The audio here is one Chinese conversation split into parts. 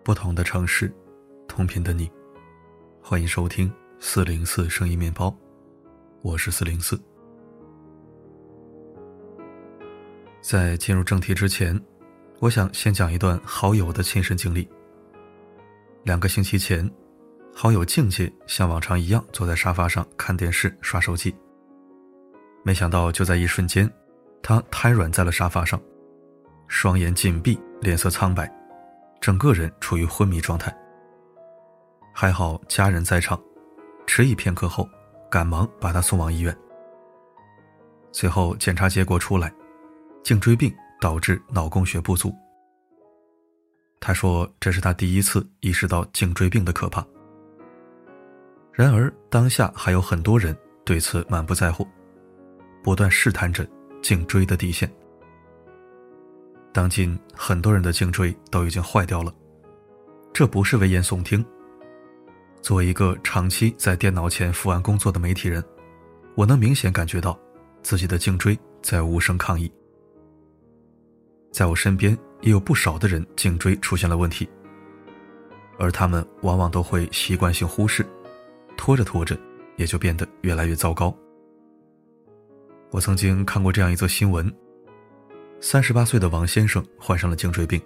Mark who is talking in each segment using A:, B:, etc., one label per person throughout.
A: 不同的城市，同频的你，欢迎收听404声音面包，我是404。在进入正题之前，我想先讲一段好友的亲身经历。2个星期前，好友静姐像往常一样坐在沙发上看电视刷手机，没想到就在一瞬间，她瘫软在了沙发上，双眼紧闭，脸色苍白，整个人处于昏迷状态。还好家人在场，迟疑片刻后赶忙把她送往医院。随后检查结果出来，颈椎病导致脑供血不足。他说这是他第一次意识到颈椎病的可怕。然而当下还有很多人对此满不在乎，不断试探着颈椎的底线。当今很多人的颈椎都已经坏掉了，这不是危言耸听。作为一个长期在电脑前伏案工作的媒体人，我能明显感觉到自己的颈椎在无声抗议。在我身边也有不少的人颈椎出现了问题，而他们往往都会习惯性忽视，拖着拖着也就变得越来越糟糕。我曾经看过这样一则新闻，38岁的王先生患上了颈椎病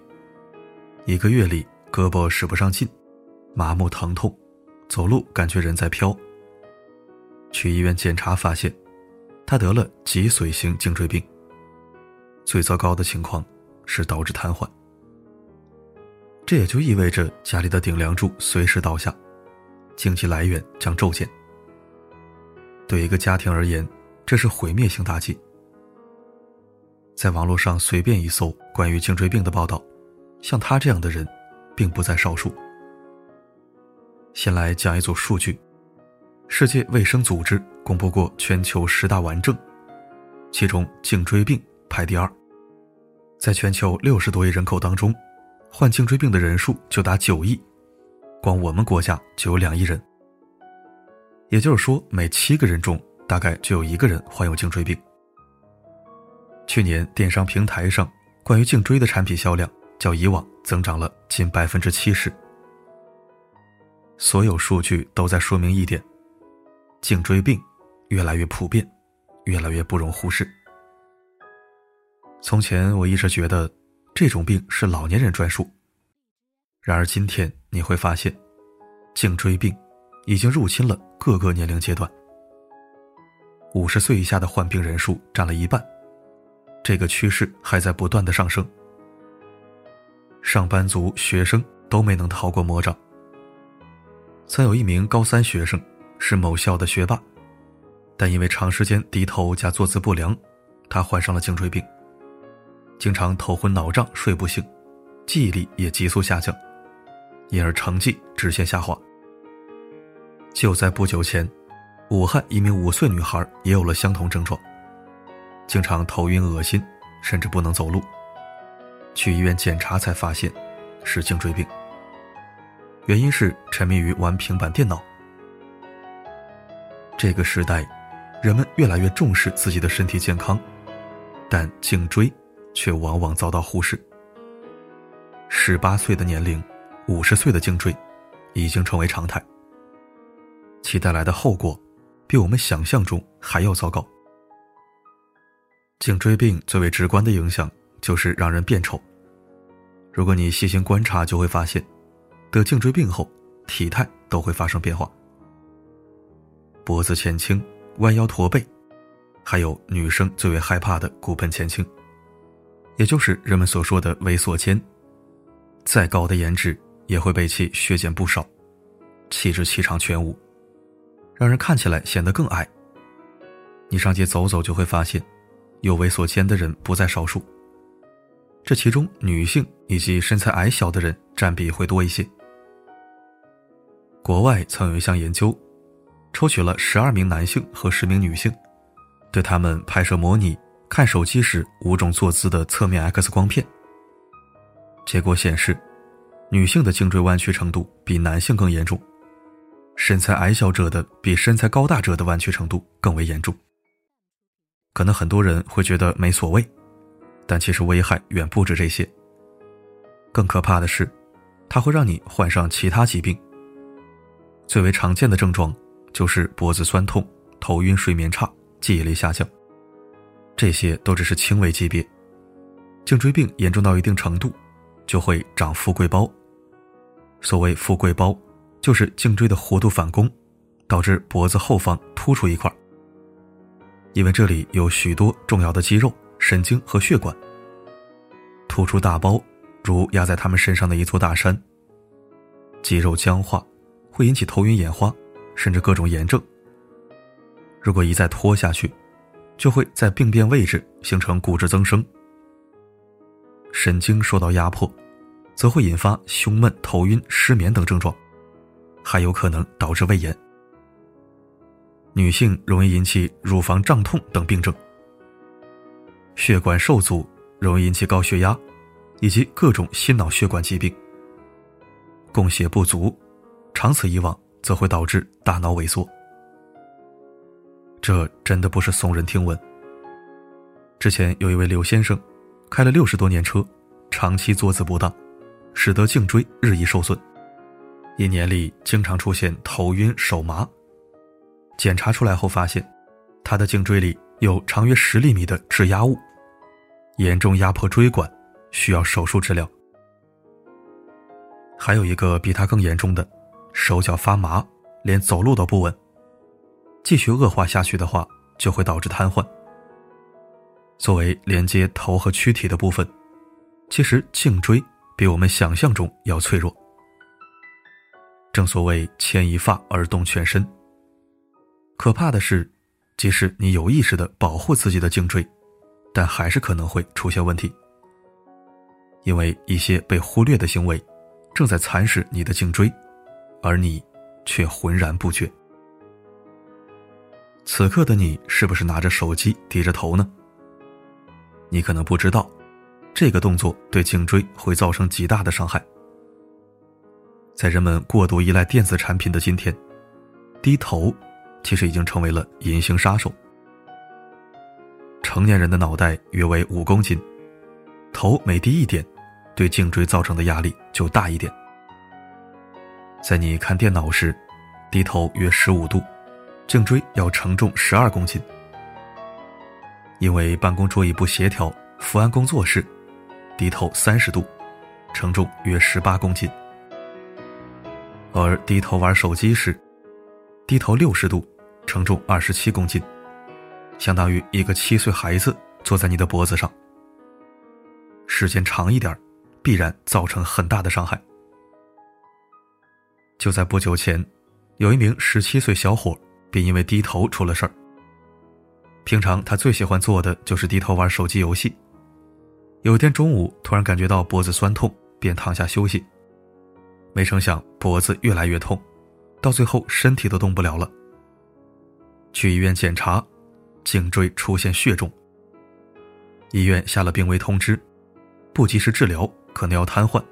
A: ，1个月里胳膊使不上劲，麻木疼痛，走路感觉人在飘。去医院检查发现，他得了脊髓型颈椎病，最糟糕的情况是导致瘫痪。这也就意味着家里的顶梁柱随时倒下，经济来源将骤减。对一个家庭而言，这是毁灭性打击。在网络上随便一搜关于颈椎病的报道，像他这样的人并不在少数。先来讲一组数据，世界卫生组织公布过全球10大顽症，其中颈椎病排第2。在全球60多亿人口当中，患颈椎病的人数就达9亿，光我们国家就有2亿人。也就是说，每7个人中大概就有1个人患有颈椎病。去年电商平台上关于颈椎的产品销量较以往增长了近 70%。 所有数据都在说明一点，颈椎病越来越普遍，越来越不容忽视。从前我一直觉得这种病是老年人专属，然而今天你会发现，颈椎病已经入侵了各个年龄阶段。50岁以下的患病人数占了1半，这个趋势还在不断的上升。上班族、学生都没能逃过魔掌。曾有一名高3学生是某校的学霸，但因为长时间低头加坐姿不良，他患上了颈椎病，经常头昏脑胀，睡不醒，记忆力也急速下降，因而成绩直线下滑。就在不久前，武汉一名5岁女孩也有了相同症状，经常头晕恶心，甚至不能走路。去医院检查才发现是颈椎病，原因是沉迷于玩平板电脑。这个时代，人们越来越重视自己的身体健康，但颈椎却往往遭到忽视。18岁的年龄，50岁的颈椎已经成为常态，其带来的后果比我们想象中还要糟糕。颈椎病最为直观的影响就是让人变丑。如果你细心观察，就会发现得颈椎病后体态都会发生变化，脖子前倾，弯腰驼背，还有女生最为害怕的骨盆前倾，也就是人们所说的猥琐肩。再高的颜值也会被其削减不少，气质气场全无，让人看起来显得更矮。你上街走走就会发现，有猥琐肩的人不在少数，这其中女性以及身材矮小的人占比会多一些。国外曾有一项研究，抽取了12名男性和10名女性，对他们拍摄模拟看手机时5种坐姿的侧面 X 光片。结果显示，女性的颈椎弯曲程度比男性更严重，身材矮小者的比身材高大者的弯曲程度更为严重。可能很多人会觉得没所谓，但其实危害远不止这些。更可怕的是， 它会让你患上其他疾病。最为常见的症状就是脖子酸痛、头晕、睡眠差、记忆力下降，这些都只是轻微级别。颈椎病严重到一定程度，就会长富贵包。所谓富贵包，就是颈椎的活度反攻，导致脖子后方突出一块。因为这里有许多重要的肌肉、神经和血管，突出大包如压在他们身上的一座大山。肌肉僵化会引起头晕眼花，甚至各种炎症。如果一再拖下去，就会在病变位置形成骨质增生。神经受到压迫，则会引发胸闷、头晕、失眠等症状，还有可能导致胃炎。女性容易引起乳房胀痛等病症，血管受阻容易引起高血压，以及各种心脑血管疾病。供血不足，长此以往则会导致大脑萎缩。这真的不是耸人听闻。之前有一位刘先生开了60多年车，长期坐姿不当，使得颈椎日益受损，一年里经常出现头晕手麻。检查出来后发现，他的颈椎里有长约10厘米的质压物，严重压迫椎管，需要手术治疗。还有一个比他更严重的，手脚发麻，连走路都不稳，继续恶化下去的话，就会导致瘫痪。作为连接头和躯体的部分，其实颈椎比我们想象中要脆弱。正所谓牵一发而动全身。可怕的是，即使你有意识地保护自己的颈椎，但还是可能会出现问题。因为一些被忽略的行为正在蚕食你的颈椎，而你却浑然不觉。此刻的你是不是拿着手机低着头呢？你可能不知道，这个动作对颈椎会造成极大的伤害。在人们过度依赖电子产品的今天，低头其实已经成为了隐形杀手。成年人的脑袋约为5公斤，头每低一点，对颈椎造成的压力就大一点。在你看电脑时，低头约15度，颈椎要承重12公斤。因为办公桌椅不协调，伏案工作时，低头30度，承重约18公斤。而低头玩手机时，低头60度，承重27公斤，相当于一个7岁孩子坐在你的脖子上。时间长一点，必然造成很大的伤害。就在不久前，有一名17岁小伙便因为低头出了事儿。平常他最喜欢做的就是低头玩手机游戏。有一天中午突然感觉到脖子酸痛，便躺下休息。没成想脖子越来越痛，到最后身体都动不了了。去医院检查，颈椎出现血肿。医院下了病危通知，不及时治疗可能要瘫痪。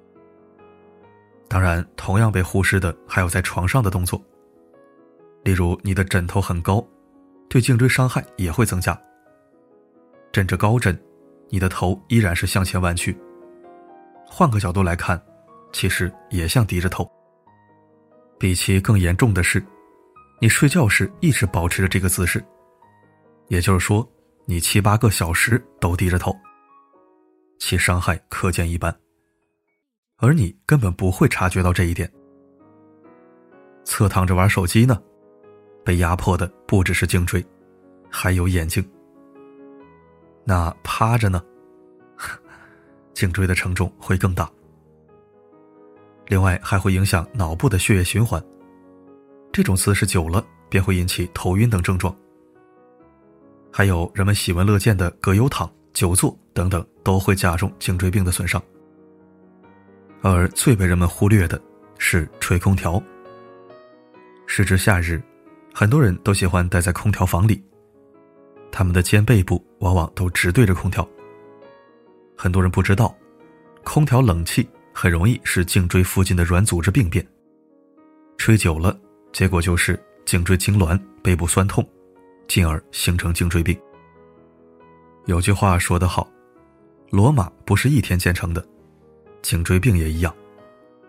A: 当然，同样被忽视的还有在床上的动作。例如你的枕头很高，对颈椎伤害也会增加。枕着高枕，你的头依然是向前弯曲。换个角度来看，其实也像低着头。比其更严重的是，你睡觉时一直保持着这个姿势，也就是说，你7、8个小时都低着头，其伤害可见一斑。而你根本不会察觉到这一点。侧躺着玩手机呢，被压迫的不只是颈椎，还有眼睛。那趴着呢，颈椎的承重会更大。另外还会影响脑部的血液循环，这种姿势久了便会引起头晕等症状。还有人们喜闻乐见的葛优躺、久坐等等，都会加重颈椎病的损伤。而最被人们忽略的是吹空调。时值夏日，很多人都喜欢待在空调房里，他们的肩背部往往都直对着空调。很多人不知道，空调冷气很容易使颈椎附近的软组织病变，吹久了，结果就是颈椎痉挛、背部酸痛，进而形成颈椎病。有句话说得好，罗马不是一天建成的，颈椎病也一样，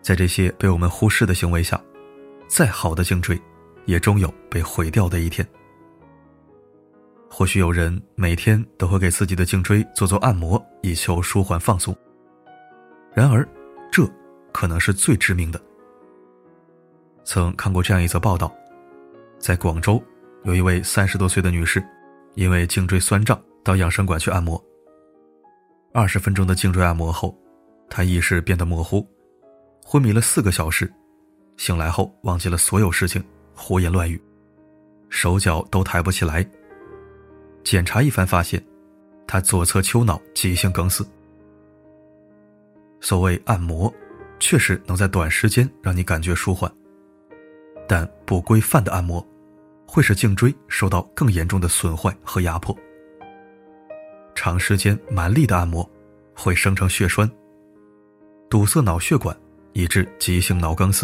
A: 在这些被我们忽视的行为下，再好的颈椎也终有被毁掉的一天。或许有人每天都会给自己的颈椎做做按摩，以求舒缓放松。然而这可能是最致命的。曾看过这样一则报道，在广州有一位30多岁的女士，因为颈椎酸胀到养生馆去按摩。20分钟的颈椎按摩后，她意识变得模糊，昏迷了4个小时，醒来后忘记了所有事情，胡言乱语，手脚都抬不起来。检查一番发现，她左侧丘脑急性梗死。所谓按摩，确实能在短时间让你感觉舒缓，但不规范的按摩会使颈椎受到更严重的损坏和压迫。长时间蛮力的按摩会生成血栓，堵塞脑血管，以致急性脑梗死。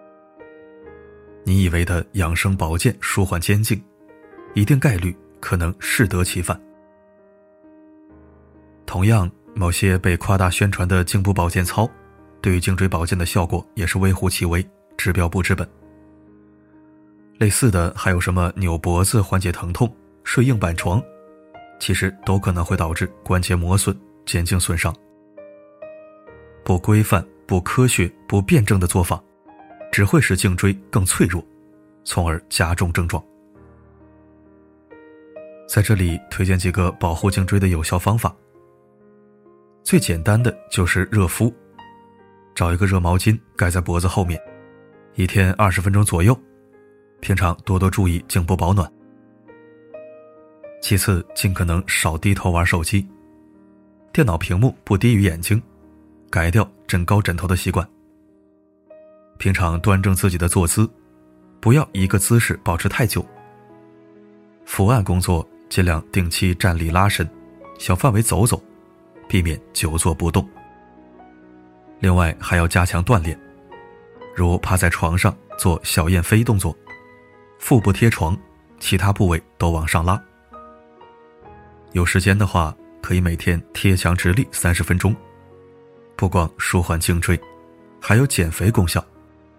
A: 你以为的养生保健舒缓肩颈，一定概率可能适得其反。同样，某些被夸大宣传的颈部保健操，对于颈椎保健的效果也是微乎其微，治标不治本。类似的还有什么扭脖子缓解疼痛、睡硬板床，其实都可能会导致关节磨损、肩颈损伤。不规范、不科学、不辩证的做法，只会使颈椎更脆弱，从而加重症状。在这里推荐几个保护颈椎的有效方法。最简单的就是热敷，找一个热毛巾盖在脖子后面，一天20分钟左右，平常多多注意颈部保暖。其次，尽可能少低头玩手机，电脑屏幕不低于眼睛，改掉枕高枕头的习惯。平常端正自己的坐姿，不要一个姿势保持太久。伏案工作尽量定期站立拉伸，小范围走走，避免久坐不动。另外还要加强锻炼，如趴在床上做小燕飞动作，腹部贴床，其他部位都往上拉。有时间的话，可以每天贴墙直立30分钟，不光舒缓颈椎，还有减肥功效。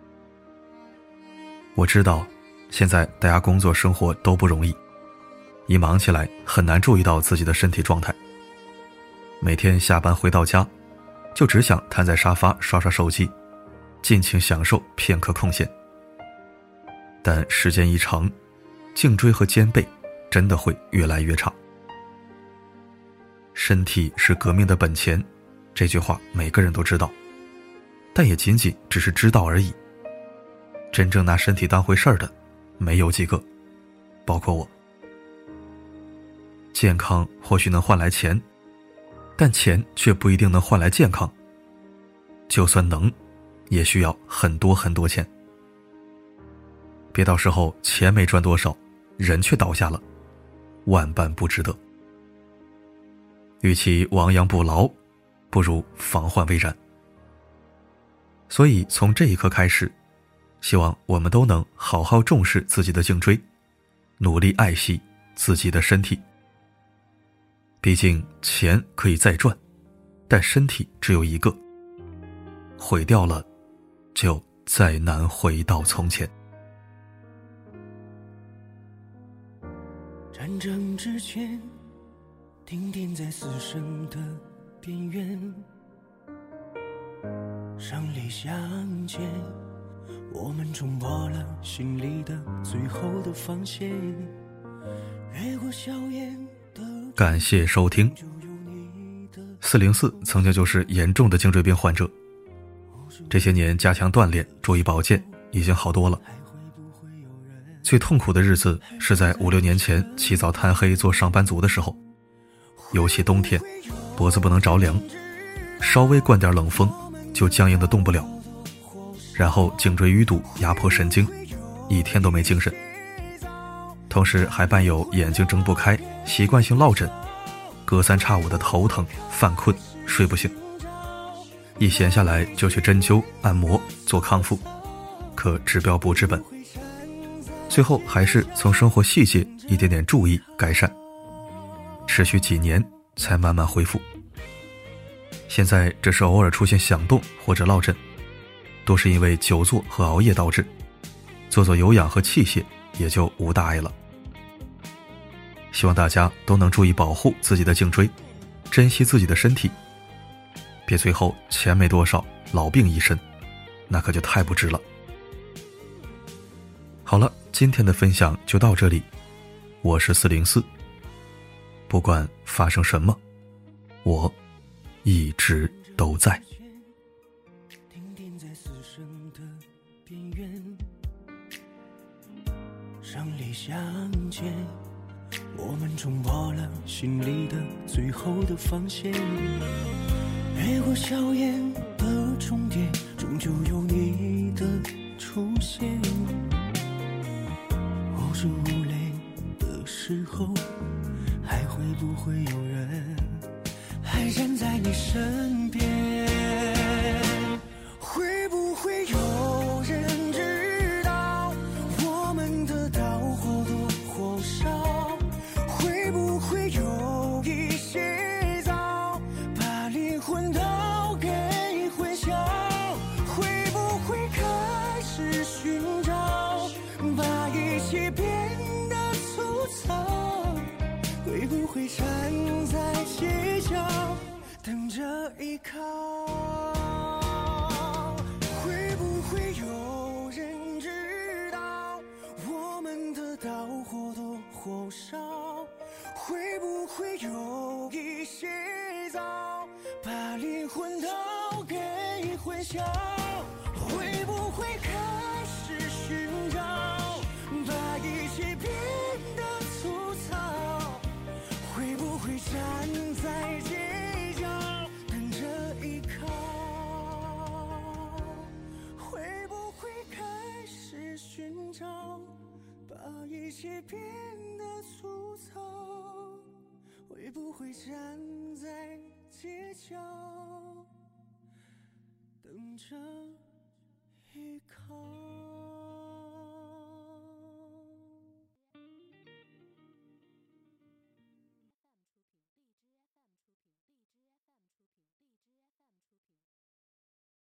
A: 我知道现在大家工作生活都不容易，一忙起来很难注意到自己的身体状态，每天下班回到家就只想瘫在沙发刷刷手机，尽情享受片刻空闲。但时间一长，颈椎和肩背真的会越来越差。身体是革命的本钱，这句话每个人都知道，但也仅仅只是知道而已。真正拿身体当回事儿的没有几个，包括我。健康或许能换来钱，但钱却不一定能换来健康。就算能，也需要很多很多钱。别到时候钱没赚多少，人却倒下了，万般不值得。与其亡羊补牢，不如防患未然。所以从这一刻开始，希望我们都能好好重视自己的颈椎，努力爱惜自己的身体。毕竟钱可以再赚，但身体只有一个，毁掉了就再难回到从前。
B: 战争之前停电在死神的边缘，胜利向前，我们冲破了心里的最后的防线，越过硝烟的。
A: 感谢收听。404曾经就是严重的颈椎病患者，这些年加强锻炼，注意保健，已经好多了。最痛苦的日子是在5、6年前起早贪黑做上班族的时候，尤其冬天，脖子不能着凉，稍微灌点冷风就僵硬的动不了，然后颈椎淤堵压迫神经，一天都没精神。同时还伴有眼睛睁不开、习惯性落枕，隔三差五的头疼、犯困、睡不醒。一闲下来就去针灸、按摩做康复，可治标不治本。最后还是从生活细节一点点注意改善，持续几年才慢慢恢复。现在只是偶尔出现响动或者落枕， 都是因为久坐和熬夜导致，做做有氧和器械也就无大碍了。希望大家都能注意保护自己的颈椎，珍惜自己的身体，别最后钱没多少，老病一身，那可就太不值了。好了，今天的分享就到这里，我是404，不管发生什么，我一直都在。
B: 停停在死神的边缘，胜利相见，我们冲破了心里的最后的防线，越过硝烟的终点，终究有你的出现。无声无泪的时候，还会不会有人还站在你身边？会不会有人知道我们的刀或多或少？会不会有一些早把灵魂都给混淆？会不会开始寻找，把一切变得粗糙？会不会站在街角等着依靠？会不会有人知道我们的刀或多或少？会不会有一些早把灵魂都给混淆？会不会开始寻找，把一切变得粗糙？会不会站在街角等着依靠？会不会开始寻找，把一切变得粗糙？会不会站在街角等着依